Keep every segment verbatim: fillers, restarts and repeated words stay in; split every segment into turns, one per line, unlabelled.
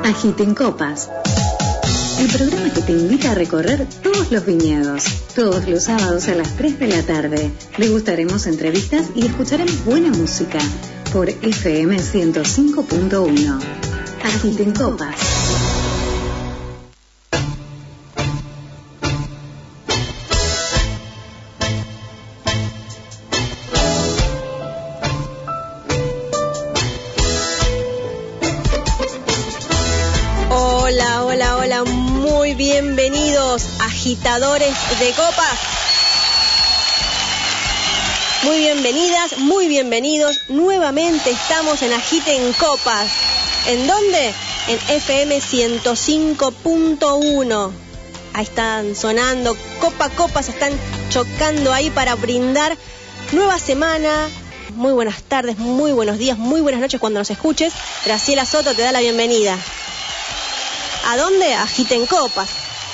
Agiten Copas. El programa que te invita a recorrer todos los viñedos. Todos los sábados a las tres de la tarde. Degustaremos entrevistas y escucharemos buena música. Por F M ciento cinco punto uno. Agiten Copas.
Hola, hola, hola, muy bienvenidos, agitadores de copas. Muy bienvenidas, muy bienvenidos. Nuevamente estamos en Agiten Copas. ¿En dónde? En F M ciento cinco punto uno. Ahí están sonando, copa a copa, se están chocando ahí para brindar. Nueva semana. Muy buenas tardes, muy buenos días, muy buenas noches cuando nos escuches. Graciela Soto te da la bienvenida. ¿A dónde? Agiten Copas.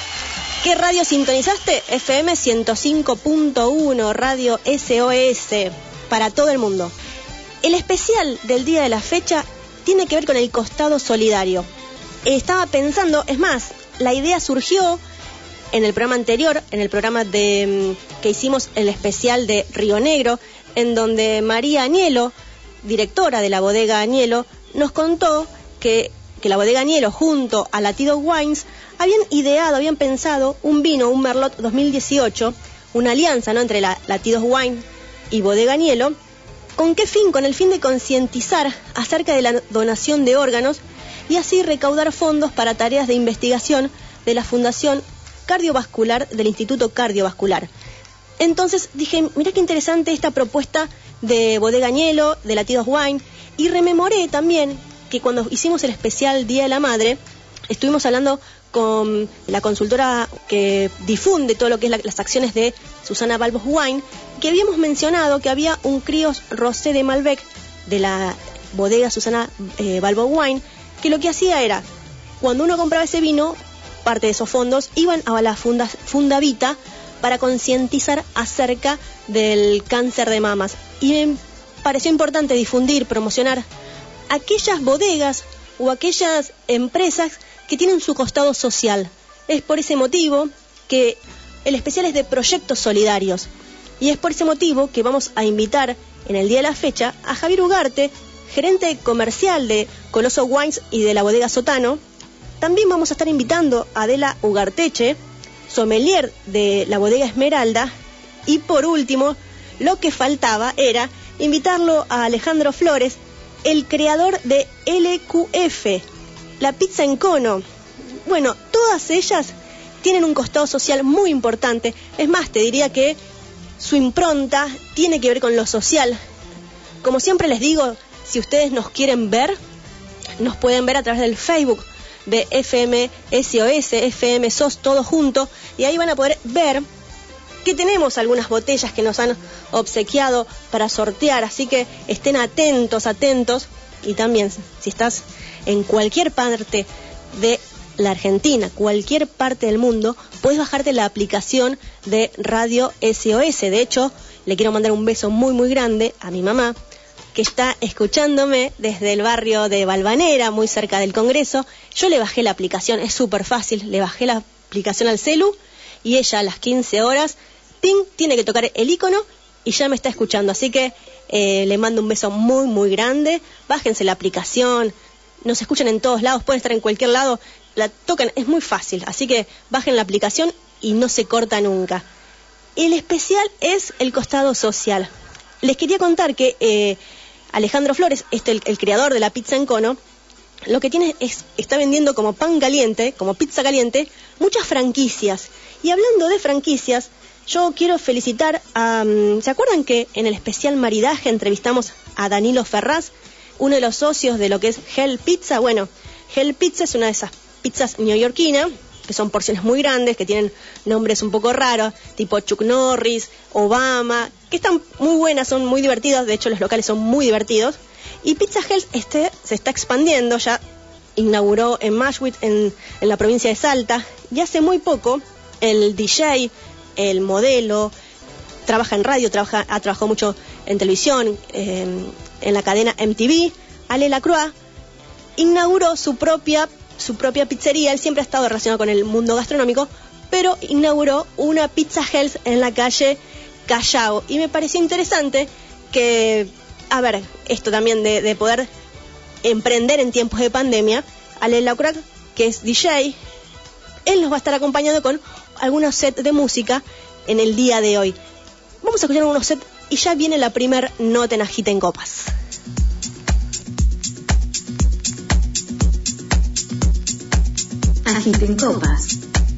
¿Qué radio sintonizaste? F M ciento cinco punto uno, Radio S O S, para todo el mundo. El especial del día de la fecha tiene que ver con el costado solidario. Estaba pensando, es más, la idea surgió en el programa anterior, en el programa de que hicimos el especial de Río Negro, en donde María Añelo, directora de la bodega Añelo, nos contó que que la bodega Añelo junto a Latidos Wines habían ideado, habían pensado un vino, un Merlot dos mil dieciocho, una alianza, ¿no?, entre la Latidos Wines y bodega Añelo. ¿Con qué fin? Con el fin de concientizar acerca de la donación de órganos y así recaudar fondos para tareas de investigación de la Fundación Cardiovascular del Instituto Cardiovascular. Entonces dije, mirá qué interesante esta propuesta de bodega Añelo, de Latidos Wines, y rememoré también que cuando hicimos el especial Día de la Madre, estuvimos hablando con la consultora que difunde todo lo que es la, las acciones de Susana Balbos Wine, que habíamos mencionado que había un Críos Rosé de Malbec de la bodega Susana eh, Balbos Wine, que lo que hacía era, cuando uno compraba ese vino, parte de esos fondos iban a la funda, Fundavita para concientizar acerca del cáncer de mamas. Y me pareció importante difundir, promocionar aquellas bodegas o aquellas empresas que tienen su costado social. Es por ese motivo que el especial es de proyectos solidarios. Y es por ese motivo que vamos a invitar en el día de la fecha a Javier Ugarte, gerente comercial de Coloso Wines y de la bodega Sotano. También vamos a estar invitando a Adela Ugarteche, sommelier de la bodega Esmeralda. Y por último, lo que faltaba era invitarlo a Alejandro Flores, el creador de L Q F, la pizza en cono. Bueno, todas ellas tienen un costado social muy importante. Es más, te diría que su impronta tiene que ver con lo social. Como siempre les digo, si ustedes nos quieren ver, nos pueden ver a través del Facebook de F M S O S, F M S O S, todo junto, y ahí van a poder ver que tenemos algunas botellas que nos han obsequiado para sortear, así que estén atentos, atentos. Y también, si estás en cualquier parte de la Argentina, cualquier parte del mundo, puedes bajarte la aplicación de Radio S O S. De hecho, le quiero mandar un beso muy, muy grande a mi mamá, que está escuchándome desde el barrio de Valvanera, muy cerca del Congreso. Yo le bajé la aplicación, es súper fácil, le bajé la aplicación al celu y ella a las quince horas... Ping, tiene que tocar el icono y ya me está escuchando. Así que eh, le mando un beso muy, muy grande. Bájense la aplicación. Nos escuchan en todos lados. Pueden estar en cualquier lado. La tocan. Es muy fácil. Así que bajen la aplicación y no se corta nunca. El especial es el costado social. Les quería contar que eh, Alejandro Flores, este, el, el creador de la pizza en cono, lo que tiene es, está vendiendo como pan caliente, como pizza caliente, muchas franquicias. Y hablando de franquicias, yo quiero felicitar a... ¿Se acuerdan que en el especial maridaje entrevistamos a Danilo Ferraz, uno de los socios de lo que es Hell Pizza? Bueno, Hell Pizza es una de esas pizzas neoyorquinas, que son porciones muy grandes, que tienen nombres un poco raros, tipo Chuck Norris, Obama, que están muy buenas, son muy divertidas, de hecho los locales son muy divertidos. Y Pizza Hell este, se está expandiendo, ya inauguró en Mashwit, en, en la provincia de Salta, y hace muy poco el D J, el modelo, trabaja en radio, trabaja, ha trabajado mucho en televisión, eh, en la cadena M T V, Ale Lacroix, inauguró su propia su propia pizzería. Él siempre ha estado relacionado con el mundo gastronómico, pero inauguró una Pizza Health en la calle Callao. Y me pareció interesante que, a ver, esto también de, de poder emprender en tiempos de pandemia. Ale Laucrac, que es D J, él nos va a estar acompañando con algunos sets de música en el día de hoy. Vamos a escuchar unos sets y ya viene la primer nota en Agiten Copas.
Agiten Copas.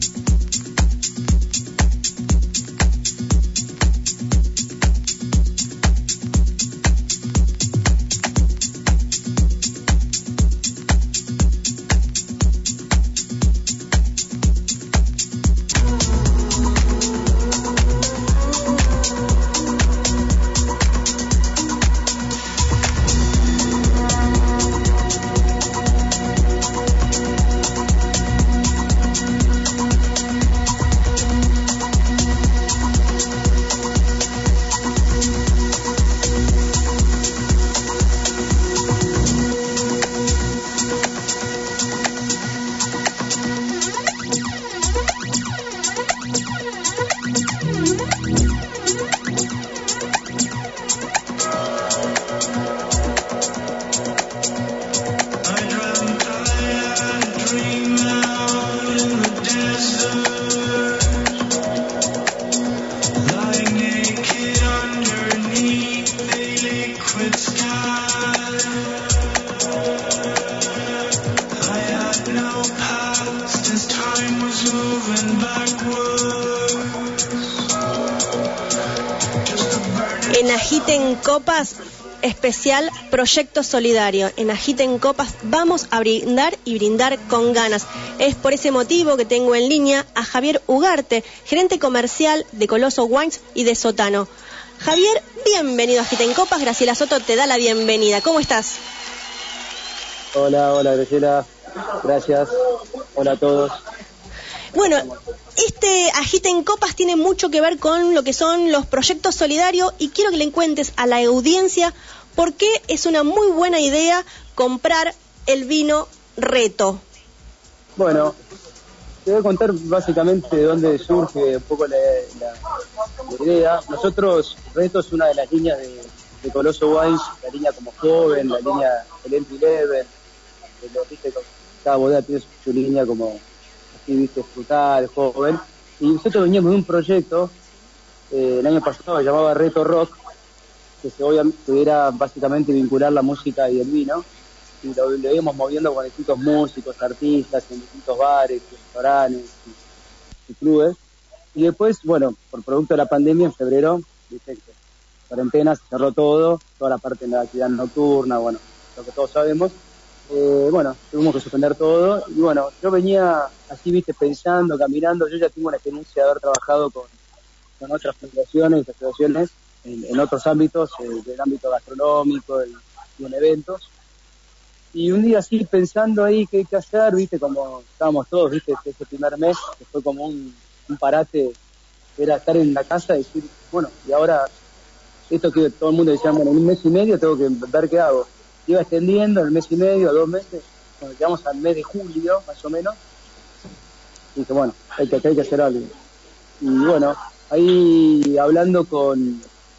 En Agiten Copas, especial Proyecto Solidario. En Agiten Copas vamos a brindar y brindar con ganas. Es por ese motivo que tengo en línea a Javier Ugarte, gerente comercial de Coloso Wines y de Sotano. Javier, bienvenido a Agiten Copas. Graciela Soto te da la bienvenida. ¿Cómo estás?
Hola, hola Graciela. Gracias. Hola a todos.
Bueno, este Agiten Copas tiene mucho que ver con lo que son los proyectos solidarios y quiero que le cuentes a la audiencia por qué es una muy buena idea comprar el vino Reto.
Bueno, te voy a contar básicamente de dónde surge un poco la, la, la idea. Nosotros, Reto es una de las líneas de, de Coloso Wines, la línea como joven, la línea del Entry Level, cada bodega tiene su, su línea como así, viste, frutal, joven. Y nosotros veníamos de un proyecto eh, el año pasado que llamaba Reto Rock, que se pudiera básicamente vincular la música y el vino, y lo, lo íbamos moviendo con distintos músicos, artistas, en distintos bares, restaurantes y, y clubes. Y después, bueno, por producto de la pandemia, en febrero, viste, cuarentena, se cerró todo, toda la parte de la actividad nocturna, bueno, lo que todos sabemos. Eh, bueno, tuvimos que suspender todo y bueno, yo venía así, viste, pensando, caminando. Yo ya tengo una experiencia de haber trabajado con, con otras fundaciones, asociaciones en, en otros ámbitos, eh, del ámbito gastronómico y, y en eventos. Y un día así pensando ahí qué hay que hacer, viste, como estábamos todos, viste, ese primer mes, que fue como un, un parate, era estar en la casa y decir, bueno, y ahora esto que todo el mundo decía, bueno, en un mes y medio tengo que ver qué hago. Iba extendiendo en el mes y medio, a dos meses, cuando llegamos al mes de julio, más o menos, y dije, bueno, hay que, hay que hacer algo. Y bueno, ahí hablando con,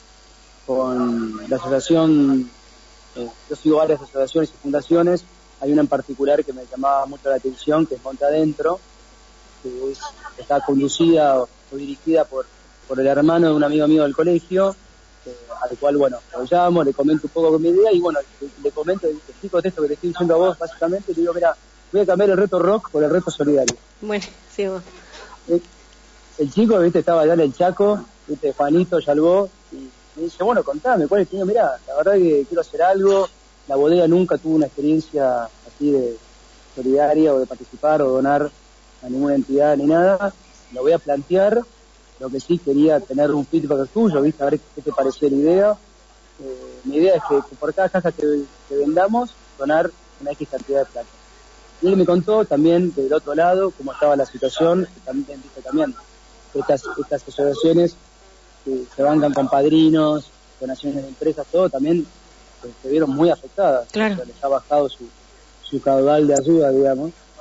con la asociación, eh, yo sigo varias asociaciones y fundaciones, hay una en particular que me llamaba mucho la atención, que es Monte Adentro, que es, está conducida o, o dirigida por, por el hermano de un amigo mío del colegio, Eh, al cual, bueno, lo llamo, le comento un poco con mi idea y, bueno, le, le comento, le explico esto que te estoy diciendo a vos, básicamente, y le digo, mira, voy a cambiar el Reto Rock por el Reto Solidario.
Bueno, sí, vos.
El, el chico, viste, estaba allá en el Chaco, viste, Juanito, Yalbó, y me dice, bueno, contame, ¿cuál es el mira, la verdad que quiero hacer algo, la bodega nunca tuvo una experiencia así de solidaria o de participar o donar a ninguna entidad ni nada, lo voy a plantear. Lo que sí quería tener un feedback tuyo, ¿viste? A ver qué te parecía la idea. Eh, mi idea es que, que por cada caja que, que vendamos, donar una X cantidad de plata. Y él me contó también del otro lado cómo estaba la situación, que también, ¿viste? También estas, estas asociaciones que se bancan con padrinos, donaciones de empresas, todo, también pues, se vieron muy afectadas.
Claro.
O sea, les ha bajado su, su caudal de ayuda, digamos.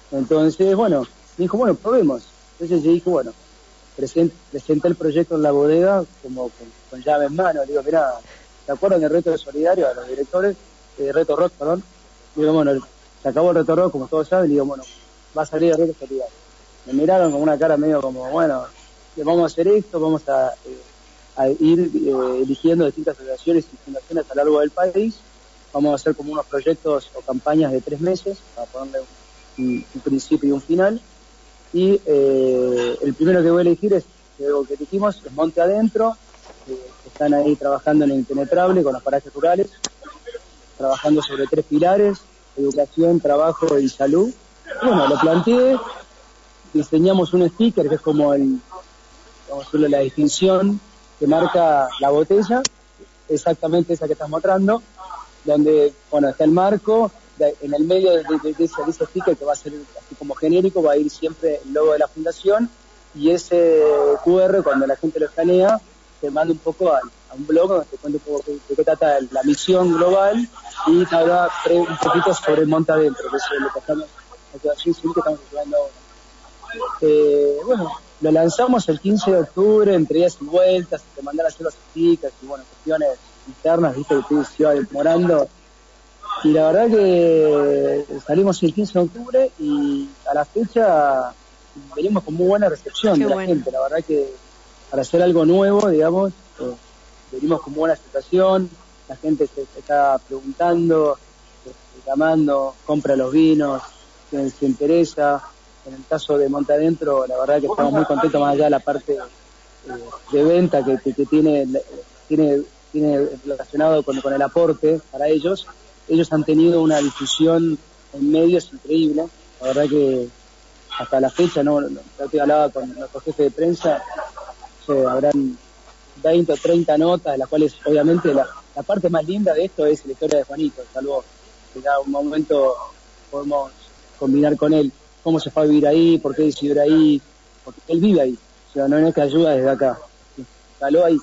Entonces, bueno, me dijo, bueno, probemos. Entonces yo dije, bueno, present, presenté el proyecto en la bodega como con, con llave en mano. Le digo, mirá, ¿te acuerdan del reto de solidario a los directores? Eh, reto rock, perdón. Le digo, bueno, se acabó el reto rock, como todos saben. Le digo, bueno, va a salir el reto solidario. Me miraron con una cara medio como, bueno, vamos a hacer esto, vamos a, eh, a ir eh, eligiendo distintas asociaciones y fundaciones a lo largo del país. Vamos a hacer como unos proyectos o campañas de tres meses, para ponerle un, un principio y un final. Y eh, el primero que voy a elegir es, lo que elegimos, es Monte Adentro, eh, que están ahí trabajando en el Impenetrable con los parajes rurales, trabajando sobre tres pilares: educación, trabajo y salud. Y bueno, lo planteé, diseñamos un sticker que es como el, vamos a decirle, la distinción que marca la botella, exactamente esa que estás mostrando, donde, bueno, está el marco, de, en el medio de, de, de, ese, de ese sticker, que va a ser así como genérico, va a ir siempre el logo de la fundación, y ese cu erre, cuando la gente lo escanea, te manda un poco a, a un blog donde te cuenta un poco de, de qué trata la misión global, y te habla pre, un poquito sobre el Monte Adentro, que es lo que estamos, la situación que estamos llevando ahora. Eh, bueno, lo lanzamos el quince de octubre, entre idas y vueltas, te mandan a hacer los stickers y bueno, cuestiones internas, viste, que se iba demorando. Y la verdad que salimos el quince de octubre y a la fecha venimos con muy buena recepción. Qué de la bueno. gente. La verdad que para hacer algo nuevo, digamos, eh, venimos con buena aceptación, la gente se, se está preguntando, se, se llamando, compra los vinos, se, se interesa. En el caso de Monte Adentro, la verdad que estamos muy contentos, más allá de la parte eh, de venta que, que, que tiene, tiene, tiene relacionado con, con el aporte para ellos. Ellos han tenido una difusión en medios increíble. La verdad que hasta la fecha, no, no creo que hablaba con nuestro jefe de prensa, o sea, habrán veinte o treinta notas, de las cuales obviamente la, la parte más linda de esto es la historia de Juanito, salvo que ya un momento podemos combinar con él cómo se fue a vivir ahí, por qué decidió ir ahí, porque él vive ahí, o sea, no es que ayuda desde acá, saló ahí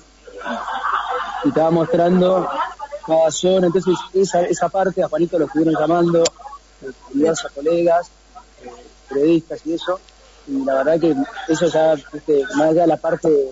y estaba mostrando cada zona. Entonces esa, esa parte a Juanito lo estuvieron llamando eh, diversos colegas, eh, periodistas y eso, y la verdad que eso ya, este, más allá de la parte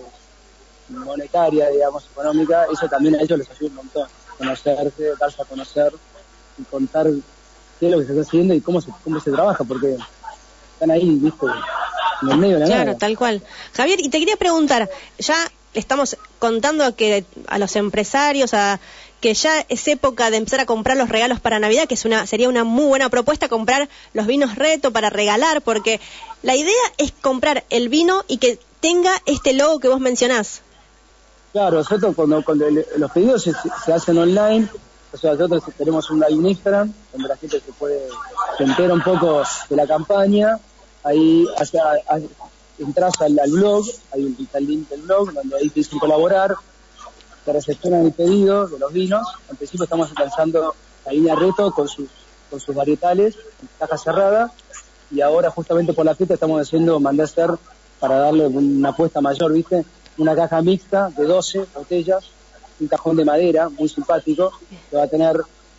monetaria, digamos, económica, eso también a ellos les ayuda un montón, conocerse, darse a conocer y contar qué es lo que se está haciendo y cómo se, cómo se trabaja, porque están ahí, viste, en el medio de la
Claro,
nada.
tal cual. Javier, y te quería preguntar, ya estamos contando que a los empresarios, a que ya es época de empezar a comprar los regalos para Navidad, que es una sería una muy buena propuesta comprar los vinos reto para regalar, porque la idea es comprar el vino y que tenga este logo que vos mencionás.
Claro, nosotros cuando, cuando el, los pedidos se, se hacen online, o sea, nosotros tenemos un, un Instagram donde la gente se puede, se entera un poco de la campaña, ahí hace, a, a, entras al, al blog, hay está el link del blog, donde ahí te dicen colaborar, te recepcionan el pedido de los vinos. En principio estamos lanzando la línea reto con sus, con sus varietales, en caja cerrada, y ahora justamente por la fiesta estamos haciendo, mandé a hacer, para darle una apuesta mayor, ¿viste? Una caja mixta de doce botellas, un cajón de madera muy simpático, que va a tener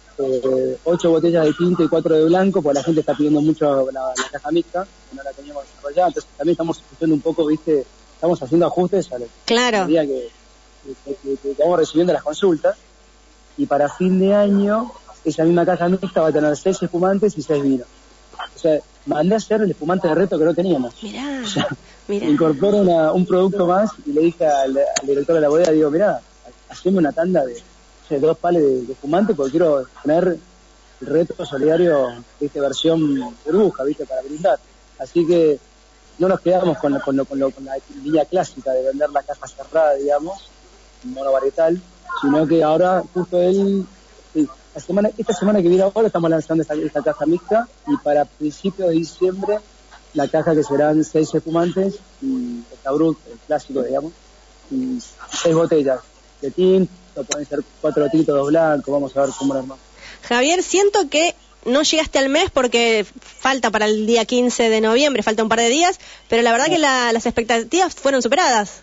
eh, ocho botellas de tinto y cuatro de blanco, porque la gente está pidiendo mucho la, la caja mixta, que no la teníamos desarrollada. Entonces también estamos escuchando un poco, ¿viste? Estamos haciendo ajustes a la
claro.
medida que, que, que, que, que vamos recibiendo las consultas, y para fin de año esa misma caja mixta va a tener seis espumantes y seis vinos. O sea, mandé a hacer el espumante de reto que no teníamos.
Mirá,
o sea,
mirá.
Incorporo una, un producto más y le dije al, al director de la bodega, digo, mirá, haceme una tanda de, de dos pales de, de espumante, porque quiero poner el reto solidario, viste, versión burbuja, viste, para brindar. Así que no nos quedamos con, con, lo, con, lo, con la línea clásica de vender la caja cerrada, digamos, monovarietal, sino que ahora justo él, sí, la semana, esta semana que viene ahora estamos lanzando esta, esta caja mixta, y para principios de diciembre la caja que serán seis espumantes y el Tabrut, el clásico, digamos, y seis botellas de tinto, pueden ser cuatro tintos, dos blancos, vamos a ver cómo lo armamos.
Javier, siento que no llegaste al mes porque falta para el día quince de noviembre, falta un par de días, pero la verdad que la, las expectativas fueron superadas.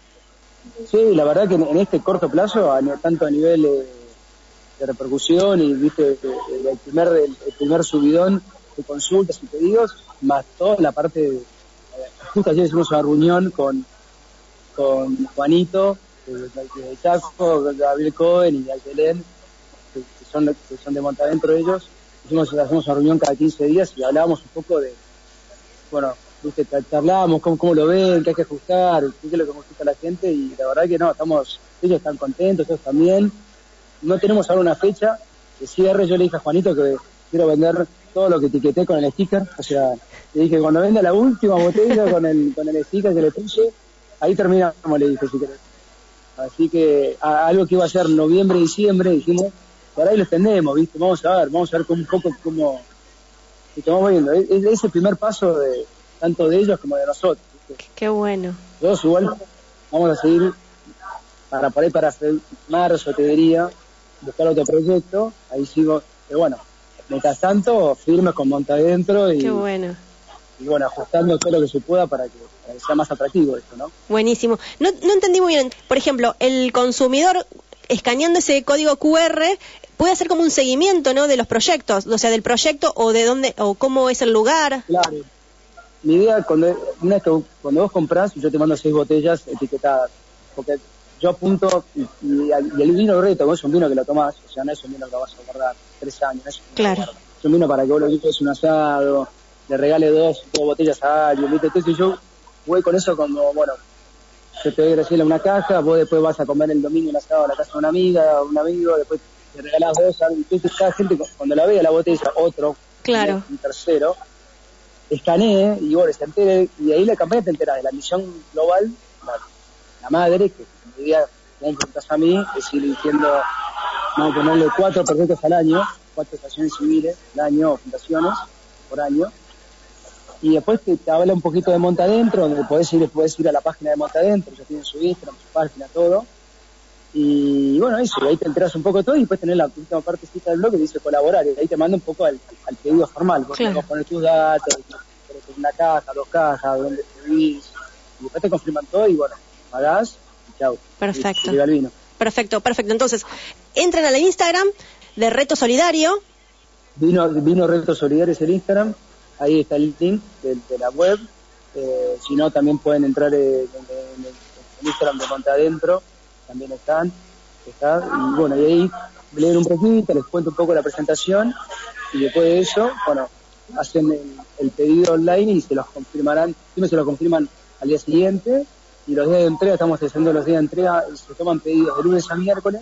Sí, la verdad que en, en este corto plazo, a, tanto a nivel eh, de repercusión y, viste, el primer, el primer subidón de consultas y pedidos, más toda la parte de, eh, justo ayer hicimos una reunión con, con Juanito, de, de, de Chaco, Gabriel Cohen y Ayelén, que, que, son, que son de Montadentro ellos. Hicimos, hacemos una reunión cada quince días y hablábamos un poco de, bueno, viste, charlábamos cómo, cómo lo ven, qué hay que ajustar, qué es lo que gusta a la gente, y la verdad que no, estamos, ellos están contentos, ellos también. No tenemos ahora una fecha de cierre. Yo le dije a Juanito que quiero vender todo lo que etiqueté con el sticker, o sea, le dije cuando venda la última botella con el con el sticker que le puse, ahí terminamos, le dije, si querés. Así que a, algo que iba a ser noviembre, diciembre, dijimos, por ahí lo extendemos, ¿viste? Vamos a ver, vamos a ver un poco cómo estamos viendo. Es, es el primer paso de tanto de ellos como de nosotros, ¿viste?
Qué bueno.
Todos igual vamos a seguir para por ahí para marzo, te diría, buscar otro proyecto, ahí sigo, pero bueno, mientras tanto, firmes con Montadentro y,
Qué bueno.
y bueno, ajustando todo lo que se pueda para que, para que sea más atractivo esto, ¿no?
Buenísimo. No, no entendí muy bien, por ejemplo, el consumidor escaneando ese código cu erre puede hacer como un seguimiento, ¿no?, de los proyectos, o sea, del proyecto o de dónde, o cómo es el lugar.
Claro. Mi idea, cuando, una vez que cuando vos comprás, yo te mando seis botellas etiquetadas, porque yo apunto, y, y, y el vino reto, vos es un vino que lo tomás, o sea, no es un vino que lo vas a guardar tres años, no es un vino,
claro.
Es un vino para que vos lo lleves un asado, le regale dos, dos botellas a alguien, ¿viste? Entonces yo voy con eso como, bueno, yo te doy recién una caja, vos después vas a comer el domingo un asado a la casa de una amiga, un amigo, después te regalás dos, entonces cada gente cuando la vea la botella, otro,
claro.
un tercero, escanee y bueno, se entere, y ahí la campaña te entera de la misión global, la, la madre, que mi idea, me preguntas a mí, es ir diciendo, vamos a ponerle cuatro proyectos al año, cuatro estaciones civiles al año, o fundaciones por año, y después te, te habla un poquito de Montadentro, donde podés ir, podés ir a la página de Montadentro, ya tienen su Instagram, su página, todo, y bueno, eso, y ahí te enteras un poco de todo, y después tenés la última partecita del blog que dice colaborar, y ahí te manda un poco al, al pedido formal, vos
claro.
tenés que poner tus datos, una caja, dos cajas, dónde te vivís, y después te confirman todo, y bueno, pagás, y chau.
Perfecto.
Y, y llega el vino.
Perfecto, perfecto. Entonces, entran al Instagram de Reto Solidario.
Vino, vino Reto Solidario es el Instagram, ahí está el link de, de la web, eh, si no también pueden entrar en, en, en el Instagram de Montadentro, también están, está, y bueno, y ahí leen un poquito, les cuento un poco la presentación, y después de eso, bueno, hacen el, el pedido online y se los confirmarán, siempre se los confirman al día siguiente, y los días de entrega, estamos haciendo los días de entrega, se toman pedidos de lunes a miércoles,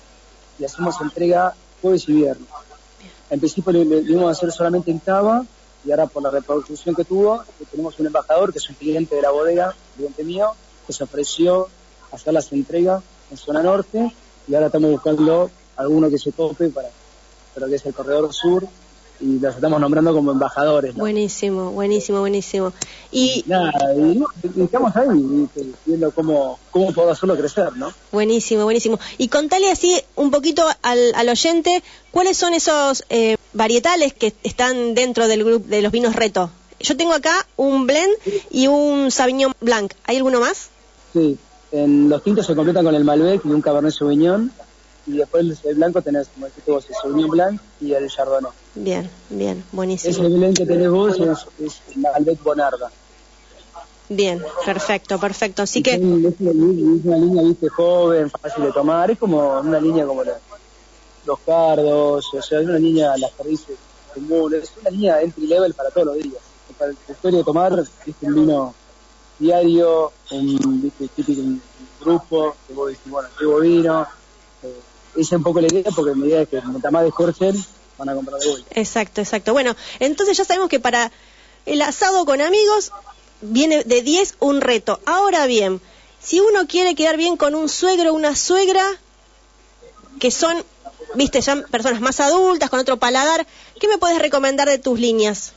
y hacemos entrega jueves y viernes. En principio lo, lo íbamos a hacer solamente en Cava, y ahora por la reproducción que tuvo, tenemos un embajador que es un cliente de la bodega, cliente mío, que se ofreció a hacer las entregas en zona norte, y ahora estamos buscando alguno que se tope para, para que es el corredor sur, y los estamos nombrando como embajadores, ¿no?
Buenísimo, buenísimo, buenísimo. Y
nada, y, y estamos ahí y, viendo cómo, cómo puedo hacerlo crecer, ¿no?
Buenísimo, buenísimo. Y contale así un poquito al, al oyente, ¿cuáles son esos eh, varietales que están dentro del grupo de los vinos Reto? Yo tengo acá un blend y un Sauvignon Blanc. ¿Hay alguno más?
Sí, en los tintos se completan con el Malbec y un Cabernet Sauvignon. Y después el blanco tenés, como dijiste vos, el Sauvignon Blanc y el Chardonnay.
Bien, bien, buenísimo.
Ese blend que tenés vos es, es el Malbec Bonarda.
Bien, perfecto, perfecto. Así y que...
Es una, es una línea, viste, joven, fácil de tomar. Es como una línea como la, los Cardos, o sea, es una línea, las Cardices comunes. Es una línea entry level para todos los días. Para el historia de tomar, es un vino diario, un, viste, típico un grupo, que vos decís, bueno, llevo vino... Eh, esa es un poco la idea, porque mi idea es que mientras más descorchen, van a comprar de vuelta.
Exacto, exacto. Bueno, entonces ya sabemos que para el asado con amigos viene de diez un reto. Ahora bien, si uno quiere quedar bien con un suegro o una suegra, que son, viste, ya personas más adultas, con otro paladar, ¿qué me puedes recomendar de tus líneas?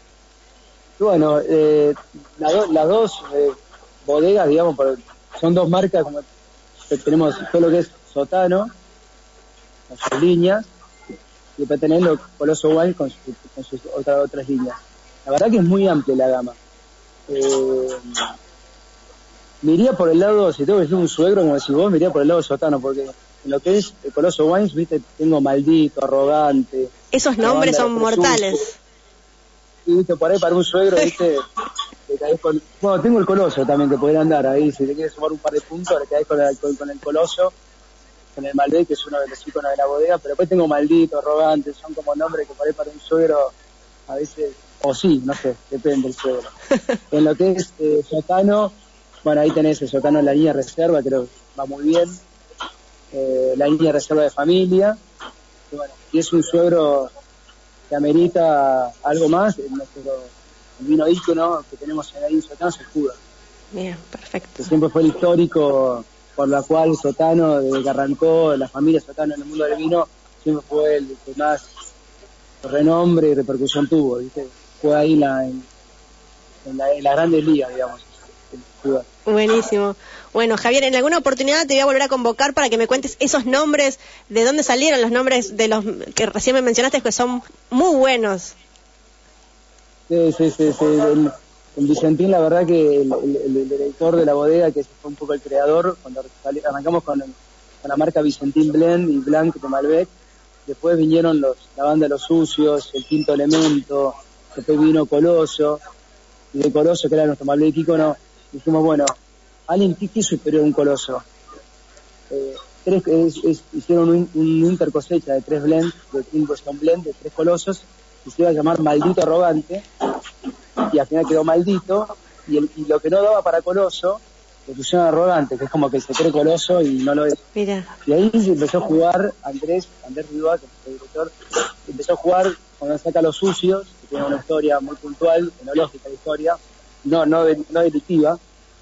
Bueno, eh, la do, las dos eh, bodegas, digamos, son dos marcas, como que tenemos todo lo que es Sotano, con sus líneas, y después tenés Coloso Wine con, su, con sus otra, otras líneas. La verdad que es muy amplia la gama. Eh, me iría por el lado, si tengo que decir un suegro, como decís vos, me iría por el lado de Sotano, porque en lo que es el Coloso Wines, viste, tengo Maldito, Arrogante.
Esos nombres son mortales.
y viste, por ahí para un suegro, viste, te caes con... Bueno, tengo el Coloso también, que podría andar ahí, si te quieres sumar un par de puntos, le caes con el, con, con el Coloso, con el Malbec, que es uno de los íconos de la bodega, pero después tengo Maldito, Arrogante, son como nombres que por ahí para un suegro, a veces, o sí, no sé, depende del suegro. En lo que es eh, Sotano, bueno, ahí tenés el Sotano en la línea reserva, creo que va muy bien, eh, la línea reserva de familia, y bueno, y es un suegro que amerita algo más, nuestro el vino ícono que tenemos ahí en Sotano se Judas.
Bien, perfecto.
Que siempre fue el histórico por la cual Sotano, desde que arrancó la familia Sotano en el mundo del vino, siempre fue el que más renombre y repercusión tuvo, ¿viste? Fue ahí la, en, en, la, en las grandes ligas, digamos.
Buenísimo. Bueno, Javier, en alguna oportunidad te voy a volver a convocar para que me cuentes esos nombres, de dónde salieron los nombres de los que recién me mencionaste, que son muy buenos.
Sí, sí, sí, sí. El, el Vicentín, la verdad que el, el, el director de la bodega, que fue un poco el creador, cuando arrancamos con, el, con la marca Vicentín Blend y Blanc de Malbec, después vinieron los, la banda de Los Sucios, el Quinto Elemento, después vino Coloso, y de Coloso, que era nuestro Malbec ícono, dijimos, bueno, alguien que es superior a un Coloso. Eh, tres, es, es, hicieron un, un intercosecha de tres blends, de cinco son blend, de tres Colosos, que se iba a llamar Maldito Arrogante, y al final quedó Maldito, y, el, y lo que no daba para Coloso, le pusieron Arrogante, que es como que se cree Coloso y no lo es.
Mira.
Y ahí se empezó a jugar Andrés, Andrés Rivá, que es el director, empezó a jugar cuando saca Los Sucios, que tiene una historia muy puntual, tecnológica de historia, no, no, de, no delictiva.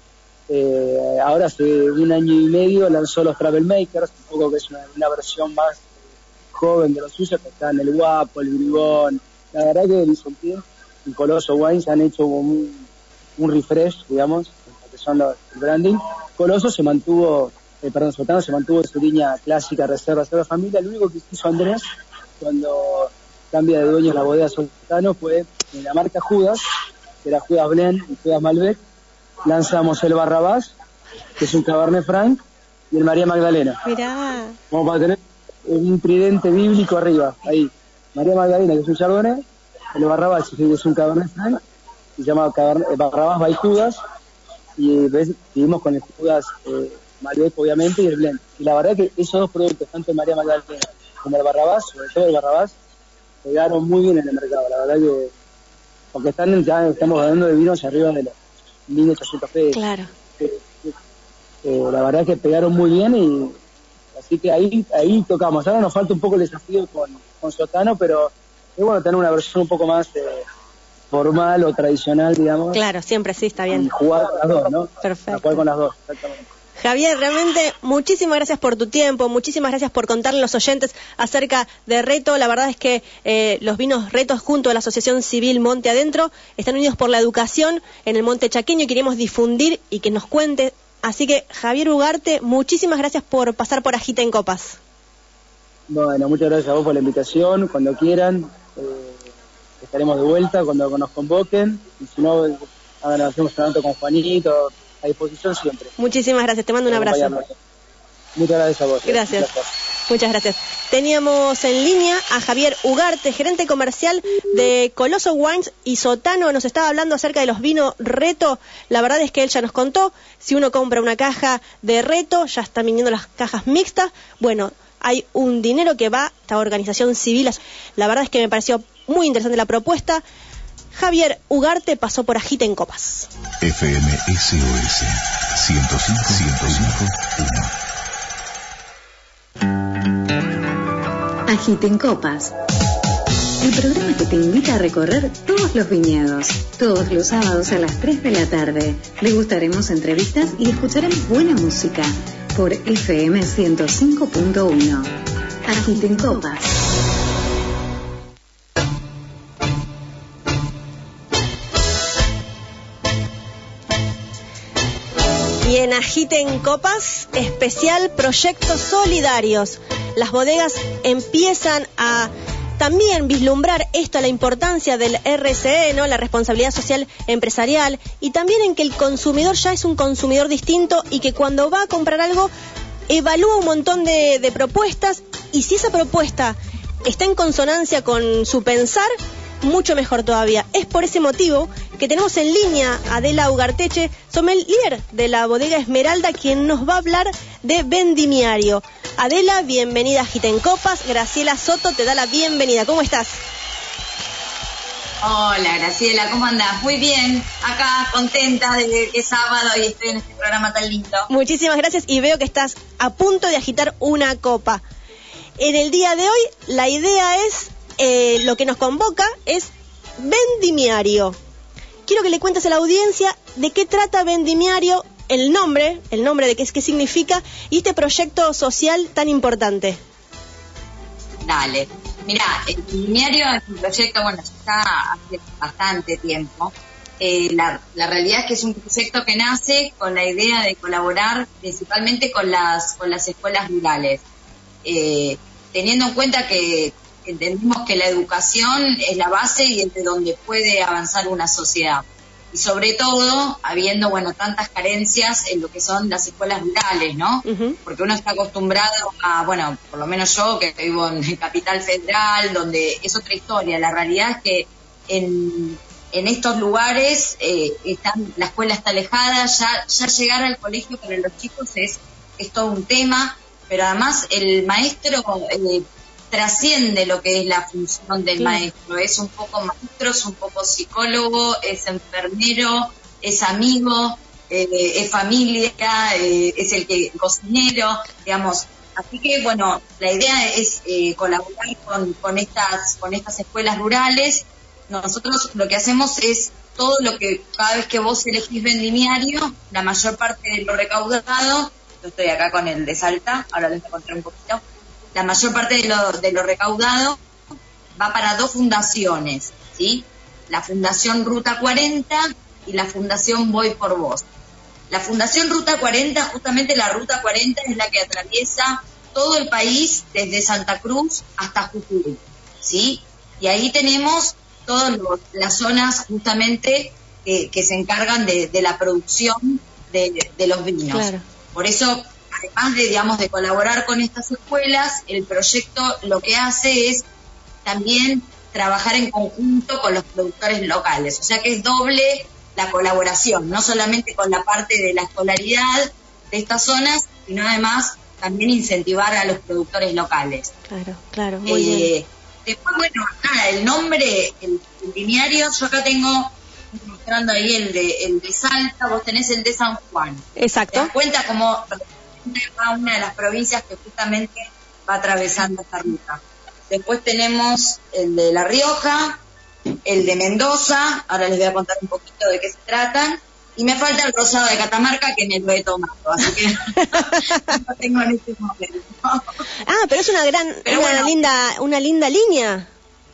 Eh, ahora hace un año y medio lanzó los Travel Makers, un poco que es una, una versión más joven de Los Sucios, que está en el Guapo, el Bribón. La verdad que Vicentín y Coloso Wines han hecho un, un refresh, digamos, que son los, el branding. Coloso se mantuvo, eh, perdón, Sotano se mantuvo en su línea clásica, reserva, reserva familia. Lo único que hizo Andrés cuando cambia de dueño la bodega Sotano fue en la marca Judas, que era Judas Blend y Judas Malbec, lanzamos el Barrabás, que es un Cabernet Franc, y el María Magdalena.
Mirá.
Como para tener un tridente bíblico arriba, ahí. María Magdalena, que es un Chardonnay, el Barrabás, que es un Cabernet Franc, se llama Cabernet, Barrabás by Judas, y ves, seguimos con el Judas eh, Malbec, obviamente, y el Blend. Y la verdad que esos dos productos, tanto el María Magdalena como el Barrabás, sobre todo el Barrabás, pegaron muy bien en el mercado. La verdad que, porque están, ya estamos hablando de vinos arriba de los mil ochocientos pesos.
Claro.
Eh, eh, la verdad que pegaron muy bien, y así que ahí ahí tocamos. Ahora nos falta un poco el desafío con, con Sotano, pero es bueno tener una versión un poco más eh, formal o tradicional, digamos.
Claro, siempre sí, está bien.
Y jugar con las dos, ¿no?
Perfecto.
Jugar con las dos, exactamente.
Javier, realmente muchísimas gracias por tu tiempo, muchísimas gracias por contarle a los oyentes acerca de Reto. La verdad es que eh, los vinos Retos junto a la Asociación Civil Monte Adentro están unidos por la educación en el Monte Chaqueño y queremos difundir y que nos cuente. Así que, Javier Ugarte, muchísimas gracias por pasar por Agita en Copas.
Bueno, muchas gracias a vos por la invitación. Cuando quieran, eh, estaremos de vuelta cuando nos convoquen. Y si no, hagan, hacemos un evento con Juanito. A disposición siempre.
Muchísimas gracias, te mando un abrazo.
Muchas gracias a vos.
Gracias. gracias. Muchas gracias. Teníamos en línea a Javier Ugarte, gerente comercial de Coloso Wines y Sotano. Nos estaba hablando acerca de los vinos Reto. La verdad es que él ya nos contó, si uno compra una caja de Reto, ya están viniendo las cajas mixtas. Bueno, hay un dinero que va a esta organización civil. La verdad es que me pareció muy interesante la propuesta. Javier Ugarte pasó por Agita en Copas.
F M S O S ciento cinco punto uno.
Agita en Copas. El programa que te invita a recorrer todos los viñedos. Todos los sábados a las tres de la tarde. Degustaremos entrevistas y escucharemos buena música. Por F M ciento cinco punto uno. Agita en Copas.
Y en Agita en Copas, especial Proyectos Solidarios. Las bodegas empiezan a también vislumbrar esto, la importancia del R S E, ¿no? La responsabilidad social empresarial, y también en que el consumidor ya es un consumidor distinto y que cuando va a comprar algo evalúa un montón de, de propuestas, y si esa propuesta está en consonancia con su pensar, mucho mejor todavía. Es por ese motivo que tenemos en línea a Adela Ugarteche, sommelier de la bodega Esmeralda, quien nos va a hablar de vendimiario. Adela, bienvenida a Agita en Copas. Graciela Soto te da la bienvenida. ¿Cómo estás?
Hola Graciela, ¿cómo andás? Muy bien, acá contenta de que es sábado y estoy en este programa tan lindo.
Muchísimas gracias y veo que estás a punto de agitar una copa. En el día de hoy la idea es, eh, lo que nos convoca es vendimiario. Quiero que le cuentes a la audiencia de qué trata vendimiario, el nombre, el nombre de qué es, qué significa y este proyecto social tan importante.
Dale. Mirá, el vendimiario es un proyecto, bueno, ya está hace bastante tiempo. Eh, la, la realidad es que es un proyecto que nace con la idea de colaborar principalmente con las con las escuelas rurales, eh, teniendo en cuenta que entendemos que la educación es la base y es de donde puede avanzar una sociedad. Y sobre todo, habiendo, bueno, tantas carencias en lo que son las escuelas rurales, ¿no? Uh-huh. Porque uno está acostumbrado a, bueno, por lo menos yo, que vivo en Capital Federal, donde es otra historia. La realidad es que en, en estos lugares eh, están, la escuela está alejada, ya, ya llegar al colegio para los chicos es, es todo un tema, pero además el maestro eh, trasciende lo que es la función del sí. maestro, es un poco maestro, es un poco psicólogo, es enfermero, es amigo, eh, es familia, eh, es el que cocinero, digamos. Así que bueno, la idea es eh, colaborar con, con estas con estas escuelas rurales. Nosotros lo que hacemos es todo lo que cada vez que vos elegís vendimiario, la mayor parte de lo recaudado, yo estoy acá con el de Salta, ahora les voy a contar un poquito. La mayor parte de lo, de lo recaudado va para dos fundaciones, ¿sí? La Fundación Ruta cuarenta y la Fundación Voy por Vos. La Fundación Ruta cuarenta, justamente la Ruta cuarenta es la que atraviesa todo el país desde Santa Cruz hasta Jujuy, ¿sí? Y ahí tenemos todas las zonas justamente que, que se encargan de, de la producción de, de los vinos. Claro. Por eso, además de, digamos, de colaborar con estas escuelas, el proyecto lo que hace es también trabajar en conjunto con los productores locales. O sea que es doble la colaboración, no solamente con la parte de la escolaridad de estas zonas, sino además también incentivar a los productores locales.
Claro, claro, muy
eh,
bien.
Después, bueno, nada, el nombre, el vendimiario, yo acá tengo mostrando ahí el de, el de Salta, vos tenés el de San Juan.
Exacto.
¿Te das cuenta cómo a una de las provincias que justamente va atravesando esta ruta? Después tenemos el de La Rioja, el de Mendoza, ahora les voy a contar un poquito de qué se tratan, y me falta el rosado de Catamarca, que me lo he tomado, así que no lo tengo en este momento.
Ah, pero es una gran,
pero
una
bueno,
linda, una linda línea.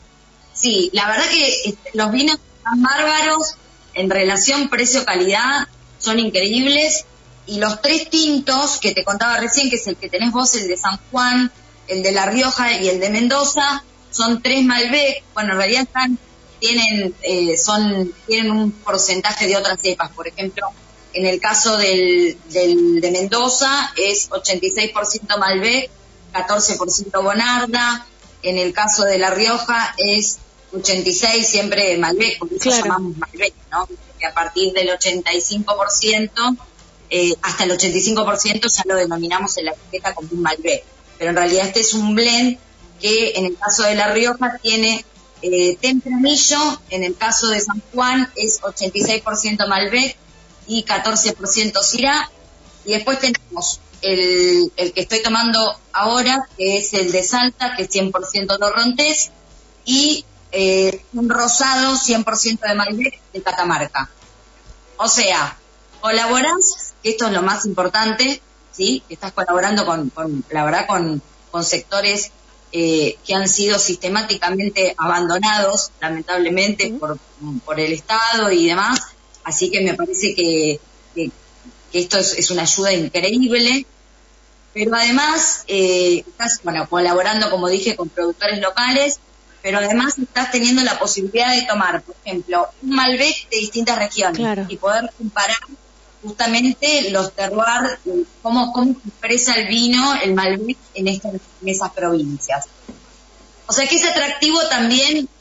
Sí, la verdad que este, los vinos están bárbaros, en relación precio-calidad son increíbles. Y los tres tintos que te contaba recién, que es el que tenés vos, el de San Juan, el de La Rioja y el de Mendoza, son tres Malbec. Bueno, en realidad están, tienen, eh, son, tienen un porcentaje de otras cepas. Por ejemplo, en el caso del, del de Mendoza es ochenta y seis por ciento Malbec, catorce por ciento Bonarda. En el caso de La Rioja es ochenta y seis siempre Malbec, porque claro. Eso llamamos Malbec, ¿no? Que a partir del ochenta y cinco por ciento Eh, hasta el ochenta y cinco por ciento ya lo denominamos en la etiqueta como un Malbec, pero en realidad este es un blend que en el caso de La Rioja tiene eh, tempranillo, en el caso de San Juan es ochenta y seis por ciento Malbec y catorce por ciento Syrah, y después tenemos el, el que estoy tomando ahora, que es el de Salta, que es cien por ciento Torrontés, y eh, un rosado cien por ciento de Malbec de Catamarca. O sea, colaborás, que esto es lo más importante, ¿sí? Estás colaborando con, con la verdad, con, con sectores eh, que han sido sistemáticamente abandonados, lamentablemente, uh-huh. por, por el Estado y demás. Así que me parece que, que, que esto es, es una ayuda increíble. Pero además, eh, estás, bueno, colaborando, como dije, con productores locales, pero además estás teniendo la posibilidad de tomar, por ejemplo, un Malbec de distintas regiones, claro. Y poder comparar justamente los terroirs, cómo, cómo se expresa el vino, el Malbec en, estas, en esas provincias. O sea que es atractivo también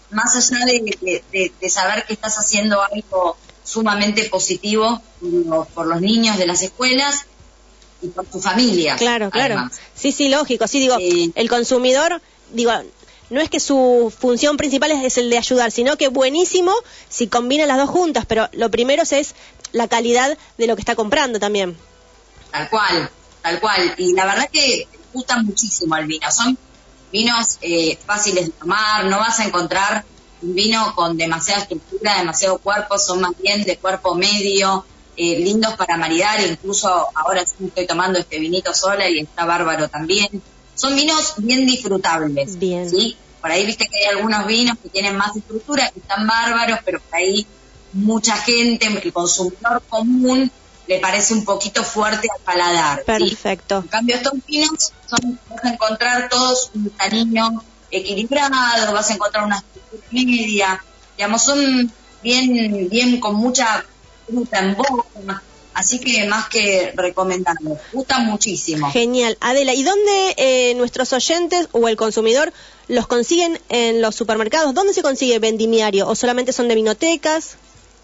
más allá de, de, de, de saber que estás haciendo algo sumamente positivo por, por los niños de las escuelas y por tu familia.
Claro, claro.
Además.
Sí, sí, lógico. Sí, digo,
Eh,
el consumidor, digo, no es que su función principal es, es el de ayudar, sino que buenísimo si combina las dos juntas, pero lo primero es la calidad de lo que está comprando también.
Tal cual, tal cual. Y la verdad que me gusta muchísimo el vino. Son vinos eh, fáciles de tomar, no vas a encontrar un vino con demasiada estructura, demasiado cuerpo, son más bien de cuerpo medio, eh, lindos para maridar, incluso ahora sí estoy tomando este vinito sola y está bárbaro también. Son vinos bien disfrutables,
Bien.
¿sí? Por ahí viste que hay algunos vinos que tienen más estructura, que están bárbaros, pero por ahí mucha gente, el consumidor común, le parece un poquito fuerte al paladar. ¿sí?
Perfecto.
En cambio, estos vinos son, vas a encontrar todos un tanino equilibrado, vas a encontrar una estructura media, digamos, son bien, bien con mucha fruta en boca, así que más que recomendarlo, gustan muchísimo.
Genial. Adela, ¿y dónde eh, nuestros oyentes o el consumidor los consiguen en los supermercados? ¿Dónde se consigue vendimiario? ¿O solamente son de vinotecas?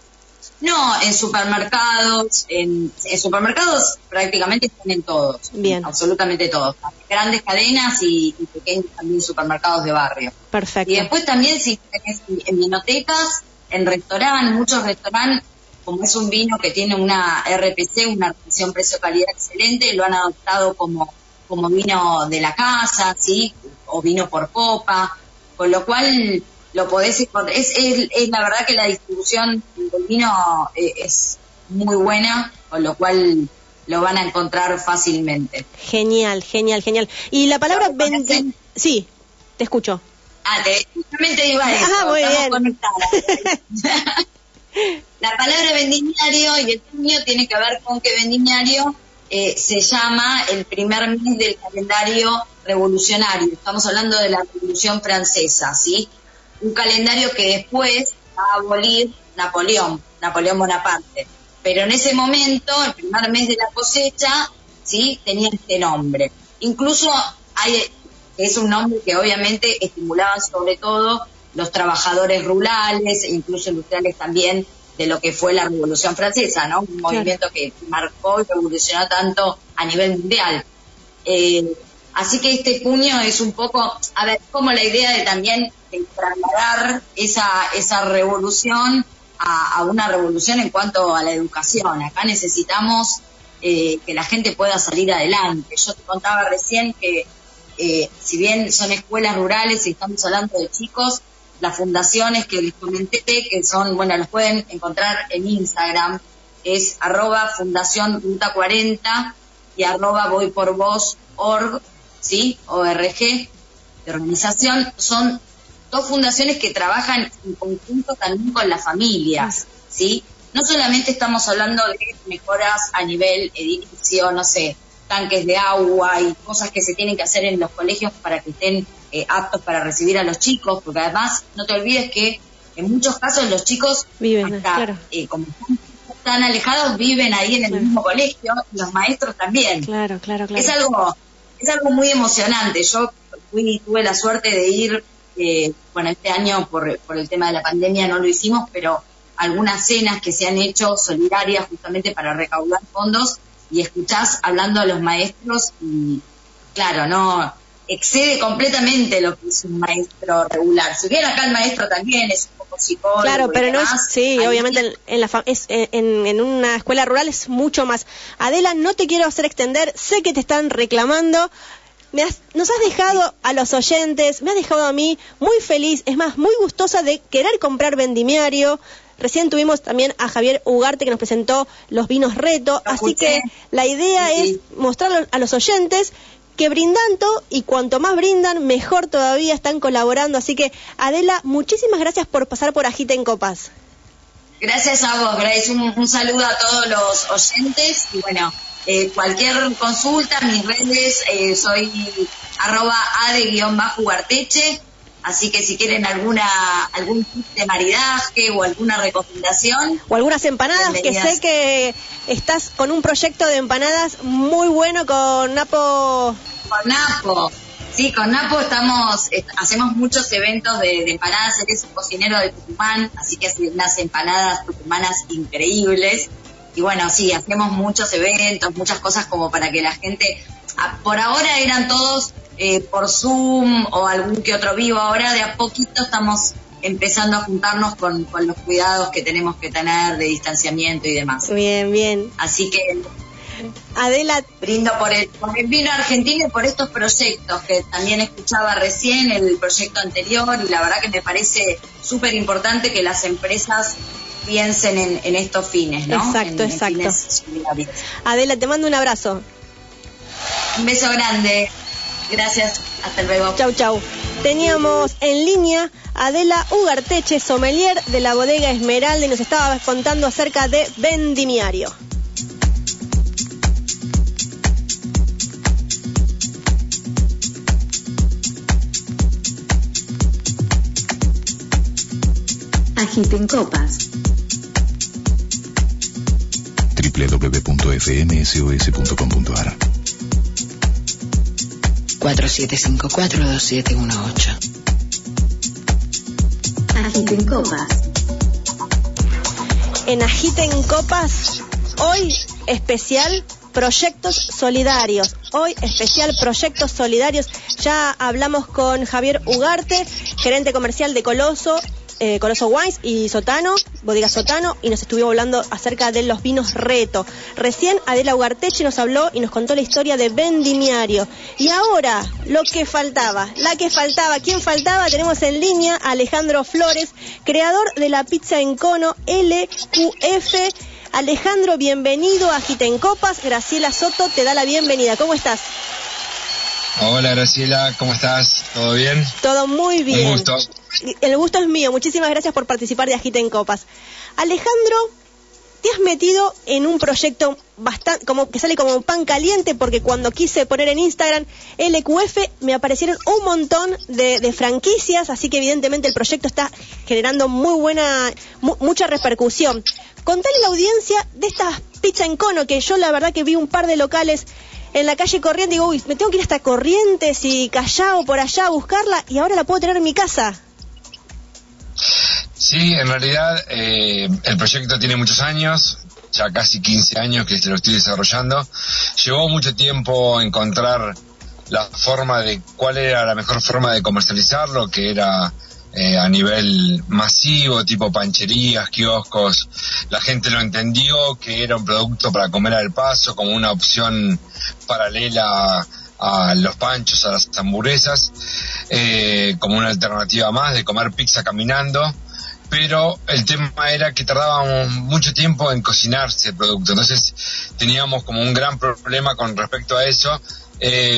No, en supermercados, en, en supermercados prácticamente están en todos,
Bien.
absolutamente todos, grandes cadenas y, y pequeños también supermercados de barrio.
Perfecto.
Y después también si tenés en vinotecas, en restaurantes, muchos restaurantes, como es un vino que tiene una R P C, una relación precio-calidad excelente, lo han adoptado como, como vino de la casa, ¿sí? O vino por copa, con lo cual lo podés encontrar. Es, es, es la verdad que la distribución del vino eh, es muy buena, con lo cual lo van a encontrar fácilmente.
Genial, genial, genial. Y la palabra vendi... Sí, te escucho.
Ah, te, justamente iba a eso,
Ah, muy
estamos
bien.
conectadas. La palabra vendimiario y el puño tiene que ver con que vendimiario eh, se llama el primer mes del calendario revolucionario. Estamos hablando de la Revolución Francesa, ¿sí? Un calendario que después va a abolir Napoleón, Napoleón Bonaparte. Pero en ese momento, el primer mes de la cosecha, ¿sí? Tenía este nombre. Incluso hay, es un nombre que obviamente estimulaban sobre todo los trabajadores rurales e incluso industriales también de lo que fue la Revolución Francesa, ¿no? Un
Claro.
movimiento que marcó y revolucionó tanto a nivel mundial. Eh, así que este puño es un poco, a ver, como la idea de también de trasladar esa, esa revolución a, a una revolución en cuanto a la educación. Acá necesitamos eh, que la gente pueda salir adelante. Yo te contaba recién que eh, si bien son escuelas rurales y estamos hablando de chicos, las fundaciones que les comenté, que son, bueno, los pueden encontrar en Instagram, es arroba fundación ruta cuarenta y arroba voy por vos org, ¿sí? O R G de organización. Son dos fundaciones que trabajan en conjunto también con las familias, ¿sí? No solamente estamos hablando de mejoras a nivel edilicio, no sé, tanques de agua y cosas que se tienen que hacer en los colegios para que estén eh, aptos para recibir a los chicos, porque además no te olvides que en muchos casos los chicos
Viven,
hasta,
claro.
eh, como están tan alejados, viven ahí en el
Claro.
mismo colegio, y los maestros también.
Claro, claro, claro.
Es algo, es algo muy emocionante. Yo fui, tuve la suerte de ir, eh, bueno, este año por, por el tema de la pandemia no lo hicimos, pero algunas cenas que se han hecho solidarias justamente para recaudar fondos, y escuchás hablando a los maestros y, claro, no excede completamente lo que es un maestro regular. Si bien acá el maestro también es un poco psicólogo.
Claro, pero
y
no es,
demás,
sí,
ahí
obviamente en, en la fa- es, en, en una escuela rural es mucho más. Adela, no te quiero hacer extender, sé que te están reclamando. Me has- nos has dejado a los oyentes, me has dejado a mí muy feliz, es más, muy gustosa de querer comprar vendimiario. Recién tuvimos también a Javier Ugarte que nos presentó los vinos reto,
Lo
así
escuché.
que la idea
Sí,
es
sí.
mostrar a los oyentes que brindando, y cuanto más brindan, mejor todavía, están colaborando. Así que, Adela, muchísimas gracias por pasar por Agita en Copas.
Gracias a vos, Grace. Un, un saludo a todos los oyentes. Y bueno, eh, cualquier consulta, mis redes, eh, soy arroba ade-ugarteche. Así que si quieren alguna algún tip de maridaje o alguna recomendación.
O algunas empanadas, que
Bienvenidas.
sé que estás con un proyecto de empanadas muy bueno con Napo.
Con Napo. Sí, con Napo estamos, eh, hacemos muchos eventos de, de empanadas. Él es un cocinero de Tucumán, así que hace unas empanadas tucumanas increíbles. Y bueno, sí, hacemos muchos eventos, muchas cosas como para que la gente, a, por ahora eran todos eh, por Zoom o algún que otro vivo. Ahora de a poquito estamos empezando a juntarnos con, con los cuidados que tenemos que tener de distanciamiento y demás.
Bien, bien.
Así que
Adela,
brindo por el, por el vino argentino y por estos proyectos que también escuchaba recién, el proyecto anterior, y la verdad que me parece súper importante que las empresas piensen en, en estos fines, ¿no?
Exacto,
en,
exacto.
En fines solidarios.
Adela, te mando un abrazo.
Un beso grande. Gracias. Hasta luego.
Chau, chau. Teníamos en línea a Adela Ugarteche, sommelier de la bodega Esmeralda, y nos estaba contando acerca de vendimiario.
Agiten copas.
doble u doble u doble u punto f m s o s punto com punto a r
cuatro siete cinco cuatro dos siete uno ocho.
Agiten copas.
En Agiten Copas, hoy especial proyectos solidarios. Hoy especial proyectos solidarios. Ya hablamos con Javier Ugarte, gerente comercial de Coloso. Eh, Coloso Wines y Sotano, bodega Sotano, y nos estuvimos hablando acerca de los vinos Reto. Recién Adela Ugarteche nos habló y nos contó la historia de vendimiario. Y ahora, lo que faltaba, la que faltaba, ¿quién faltaba? Tenemos en línea a Alejandro Flores, creador de la pizza en cono L Q F. Alejandro, bienvenido a Agiten Copas. Graciela Soto te da la bienvenida. ¿Cómo estás?
Hola Graciela, ¿cómo estás? ¿Todo bien?
Todo muy bien.
Un gusto.
El gusto es mío. Muchísimas gracias por participar de Agiten Copas. Alejandro, te has metido en un proyecto bastante, como que sale como pan caliente, porque cuando quise poner en Instagram L Q F me aparecieron un montón de, de franquicias, así que evidentemente el proyecto está generando muy buena, mu mucha repercusión. Contale a la audiencia de esta pizza en cono, que yo la verdad que vi un par de locales en la calle Corrientes, digo, uy, me tengo que ir hasta Corrientes y Callao por allá a buscarla, y ahora la puedo tener en mi casa.
Sí, en realidad eh, el proyecto tiene muchos años, ya casi quince años que lo estoy desarrollando. Llevó mucho tiempo encontrar la forma de cuál era la mejor forma de comercializarlo, que era eh, a nivel masivo, tipo pancherías, kioscos. La gente lo entendió, que era un producto para comer al paso, como una opción paralela a, a los panchos, a las hamburguesas, eh, como una alternativa más de comer pizza caminando. Pero el tema era que tardábamos mucho tiempo en cocinarse el producto, entonces teníamos como un gran problema con respecto a eso, eh,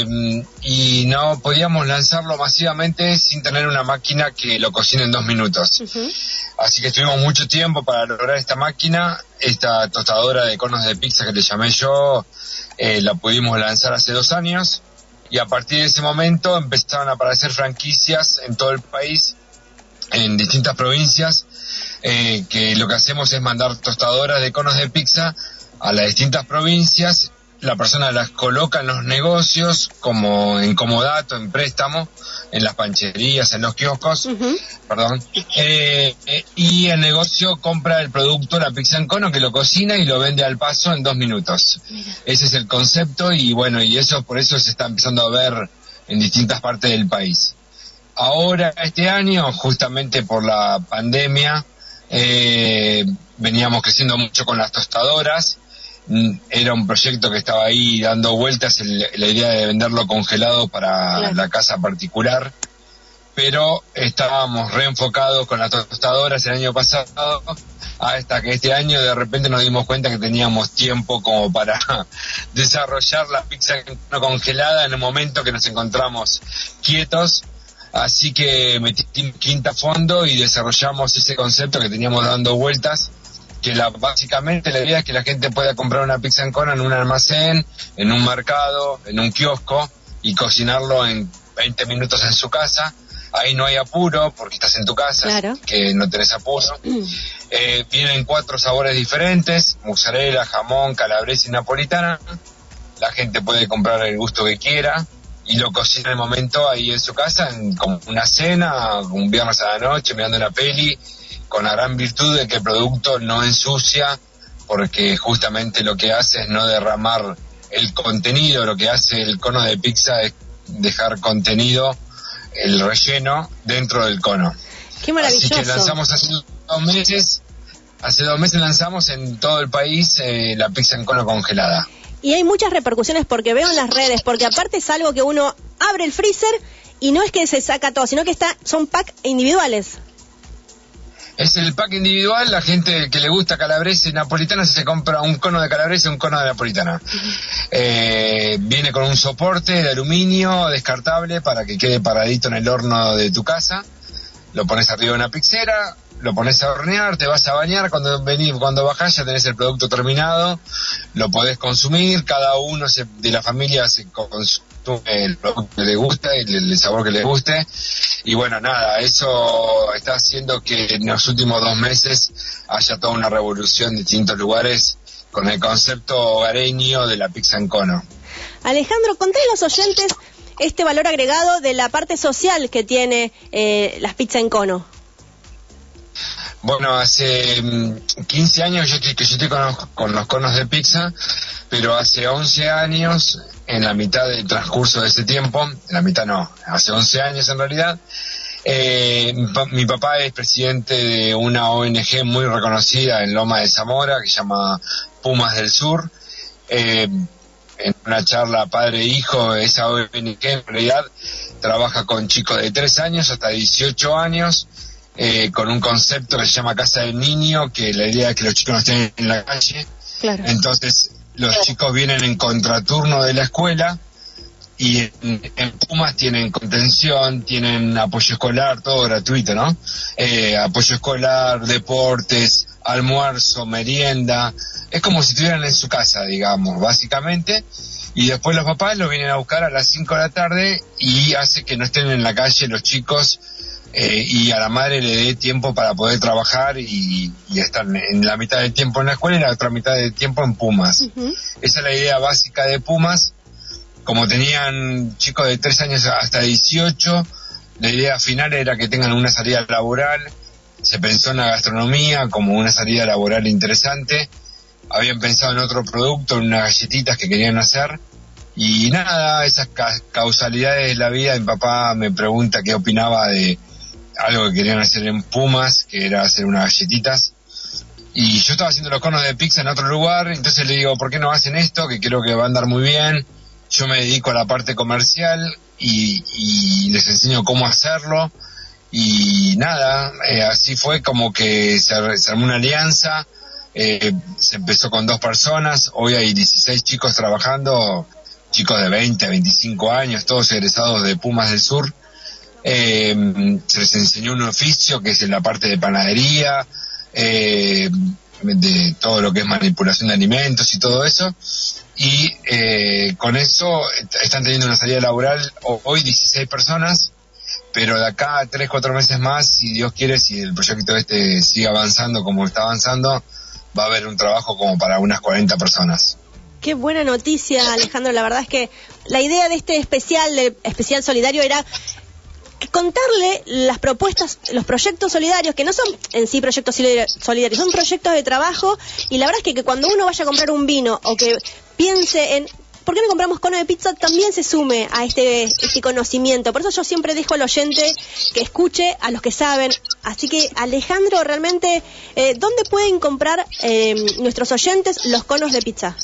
y no podíamos lanzarlo masivamente sin tener una máquina que lo cocine en dos minutos. Uh-huh. Así que estuvimos mucho tiempo para lograr esta máquina, esta tostadora de conos de pizza que le llamé yo, eh, la pudimos lanzar hace dos años, y a partir de ese momento empezaron a aparecer franquicias en todo el país, en distintas provincias, eh, que lo que hacemos es mandar tostadoras de conos de pizza a las distintas provincias. La persona las coloca en los negocios como en comodato, en préstamo, en las pancherías, en los kioscos, uh-huh. perdón, eh, eh, y el negocio compra el producto, la pizza en cono, que lo cocina y lo vende al paso en dos minutos. Mira. Ese es el concepto, y bueno, y eso por eso se está empezando a ver en distintas partes del país. Ahora, este año, justamente por la pandemia, eh, veníamos creciendo mucho con las tostadoras. Era un proyecto que estaba ahí dando vueltas, el, la idea de venderlo congelado para claro. la casa particular, pero estábamos reenfocados con las tostadoras el año pasado, hasta que este año de repente nos dimos cuenta que teníamos tiempo como para desarrollar la pizza congelada en el momento que nos encontramos quietos. Así que metí quinta a fondo y desarrollamos ese concepto que teníamos dando vueltas, que la, básicamente la idea es que la gente pueda comprar una pizza en cono en un almacén, en un mercado, en un kiosco, y cocinarlo en veinte minutos en su casa. Ahí no hay apuro porque estás en tu casa, claro. que no tenés apuro. Eh, vienen cuatro sabores diferentes: mozzarella, jamón, calabresa y napolitana. La gente puede comprar el gusto que quiera. y lo cocina en el momento ahí en su casa, en como una cena, un viernes a la noche, mirando una peli, con la gran virtud de que el producto no ensucia, porque justamente lo que hace es no derramar el contenido. Lo que hace el cono de pizza es dejar contenido, el relleno, dentro del cono.
¡Qué maravilloso!
Así que lanzamos hace dos meses, hace dos meses lanzamos en todo el país eh, la pizza en cono congelada.
Y hay muchas repercusiones porque veo en las redes, porque aparte es algo que uno abre el freezer y no es que se saca todo, sino que está son pack individuales.
Es el pack individual. La gente que le gusta calabresa y napolitana se compra un cono de calabresa y un cono de napolitana. Uh-huh. Eh, viene con un soporte de aluminio descartable para que quede paradito en el horno de tu casa. Lo pones arriba de una pixera, lo pones a hornear, te vas a bañar, cuando venís, cuando bajás ya tenés el producto terminado, lo podés consumir, cada uno se, de la familia se consume el producto que le gusta, el, el sabor que le guste, y bueno, nada, eso está haciendo que en los últimos dos meses haya toda una revolución en distintos lugares con el concepto hogareño de la pizza en cono.
Alejandro, conté a los oyentes este valor agregado de la parte social que tiene eh, las pizzas en cono.
Bueno, hace quince años yo, que yo estoy con los, con los conos de pizza, pero hace once años, en la mitad del transcurso de ese tiempo, en la mitad no, hace once años en realidad, eh, mi, mi papá es presidente de una O N G muy reconocida en Loma de Zamora, que se llama Pumas del Sur. Eh, en una charla padre e hijo, esa O N G en realidad trabaja con chicos de tres años hasta dieciocho años, Eh, con un concepto que se llama Casa del Niño, que la idea es que los chicos no estén en la calle.
Claro.
Entonces los chicos vienen en contraturno de la escuela y en, en Pumas tienen contención, tienen apoyo escolar, todo gratuito, ¿no? Eh, apoyo escolar, deportes, almuerzo, merienda, es como si estuvieran en su casa, digamos, básicamente. Y después los papás los vienen a buscar a las cinco de la tarde y hace que no estén en la calle los chicos. Eh, y a la madre le dé tiempo para poder trabajar y, y estar en la mitad del tiempo en la escuela y la otra mitad del tiempo en Pumas. Uh-huh. Esa es la idea básica de Pumas. Como tenían chicos de tres años hasta dieciocho, la idea final era que tengan una salida laboral. Se pensó en la gastronomía como una salida laboral interesante. Habían pensado en otro producto, en unas galletitas que querían hacer. Y nada, esas ca- causalidades de la vida. Mi papá me pregunta qué opinaba de algo que querían hacer en Pumas, que era hacer unas galletitas, y yo estaba haciendo los conos de pizza en otro lugar. Entonces le digo, ¿por qué no hacen esto? Que creo que va a andar muy bien. Yo me dedico a la parte comercial y, y les enseño cómo hacerlo, y nada, eh, así fue como que se, se armó una alianza. Eh, se empezó con dos personas, hoy hay dieciséis chicos trabajando, chicos de veinte a veinticinco años, todos egresados de Pumas del Sur. Eh, se les enseñó un oficio que es en la parte de panadería, eh, de todo lo que es manipulación de alimentos y todo eso, y eh, con eso están teniendo una salida laboral hoy dieciséis personas, pero de acá a tres, cuatro meses más, si Dios quiere, si el proyecto este sigue avanzando como está avanzando, va a haber un trabajo como para unas cuarenta personas.
Qué buena noticia, Alejandro. La verdad es que la idea de este especial, de especial solidario, era contarle las propuestas, los proyectos solidarios, que no son en sí proyectos solidarios, son proyectos de trabajo, y la verdad es que, que cuando uno vaya a comprar un vino o que piense en ¿por qué no compramos cono de pizza?, también se sume a este, este conocimiento. Por eso yo siempre dejo al oyente que escuche a los que saben. Así que, Alejandro, realmente, eh, ¿dónde pueden comprar eh, nuestros oyentes los conos de pizza?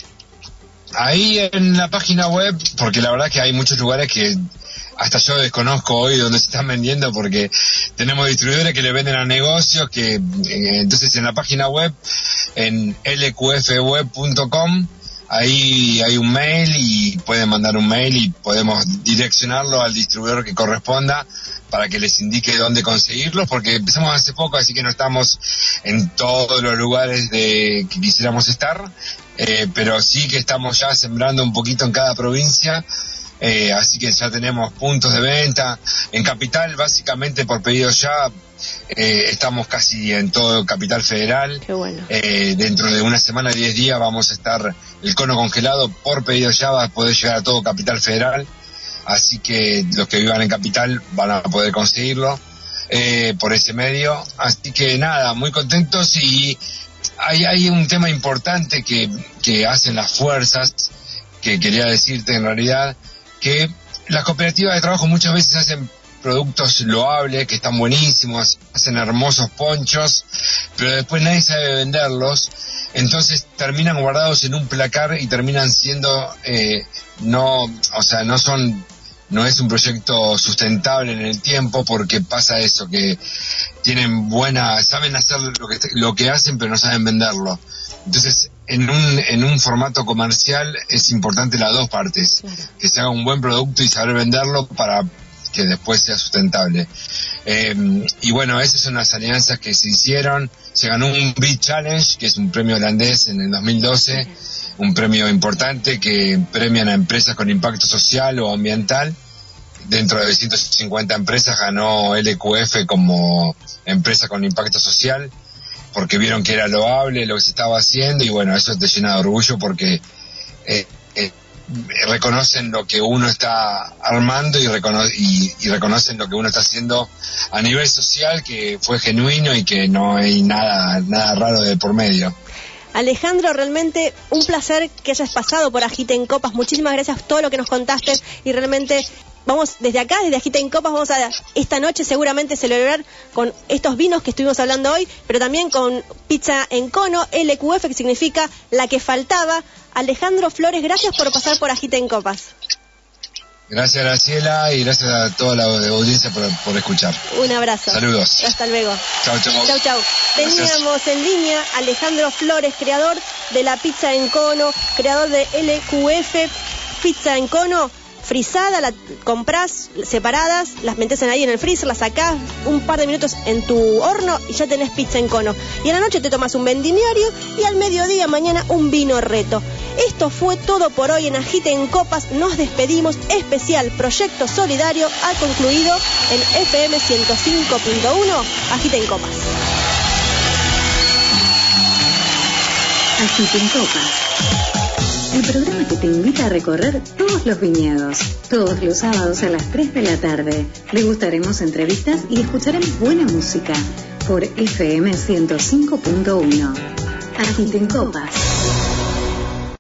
Ahí en la página web, porque la verdad que hay muchos lugares que hasta yo desconozco hoy dónde se están vendiendo, porque tenemos distribuidores que le venden a negocios, que eh, entonces en la página web, en l q f web punto com, ahí hay un mail y pueden mandar un mail y podemos direccionarlo al distribuidor que corresponda para que les indique dónde conseguirlos, porque empezamos hace poco, así que no estamos en todos los lugares de que quisiéramos estar, eh, pero sí que estamos ya sembrando un poquito en cada provincia. Eh, así que ya tenemos puntos de venta en Capital, básicamente por pedido ya. Eh, estamos casi en todo Capital Federal.
Qué bueno.
Eh, dentro de una semana, diez días, vamos a estar el cono congelado por pedido ya, va a poder llegar a todo Capital Federal. así que los que vivan en Capital van a poder conseguirlo eh, por ese medio. Así que nada, muy contentos. Y hay, hay un tema importante que, que hacen las fuerzas, que quería decirte en realidad, que las cooperativas de trabajo muchas veces hacen productos loables, que están buenísimos, hacen hermosos ponchos, pero después nadie sabe venderlos, entonces terminan guardados en un placar y terminan siendo, eh, no, o sea, no son, no es un proyecto sustentable en el tiempo, porque pasa eso, que tienen buena, saben hacer lo que, lo que hacen, pero no saben venderlo. Entonces, en un, en un formato comercial es importante las dos partes, claro, que se haga un buen producto y saber venderlo para que después sea sustentable. Eh, y bueno, esas son las alianzas que se hicieron. Se ganó un Beat Challenge, que es un premio holandés en el dos mil doce, un premio importante que premian a empresas con impacto social o ambiental. Dentro de ciento cincuenta empresas ganó L Q F como empresa con impacto social, porque vieron que era loable lo que se estaba haciendo, y bueno, eso te llena de orgullo porque eh, eh, reconocen lo que uno está armando y, recono- y, y reconocen lo que uno está haciendo a nivel social, que fue genuino y que no hay nada, nada raro de por medio.
Alejandro, realmente un placer que hayas pasado por Agite en Copas. Muchísimas gracias por todo lo que nos contaste, y realmente vamos desde acá, desde Agite en Copas, vamos a esta noche seguramente celebrar con estos vinos que estuvimos hablando hoy, pero también con pizza en cono, L Q F, que significa la que faltaba. Alejandro Flores, gracias por pasar por Agite en Copas.
Gracias, Graciela, y gracias a toda la audiencia por, por escuchar.
Un abrazo.
Saludos.
Hasta luego.
Chau, chau.
Chau, chau. Teníamos en línea a Alejandro Flores, creador de la pizza en cono, creador de L Q F, pizza en cono, frisada, la compras separadas, las metes ahí en el freezer, las sacás un par de minutos en tu horno y ya tenés pizza en cono. Y a la noche te tomas un vendimiario y al mediodía mañana un vino reto. Esto fue todo por hoy en Agite en Copas. Nos despedimos. Especial Proyecto Solidario ha concluido en F M ciento cinco punto uno. Agite en Copas.
Agite en Copas, el programa que te invita a recorrer todos los viñedos. Todos los sábados a las tres de la tarde. Degustaremos entrevistas y escucharemos buena música por F M ciento cinco punto uno. Agite en Copas.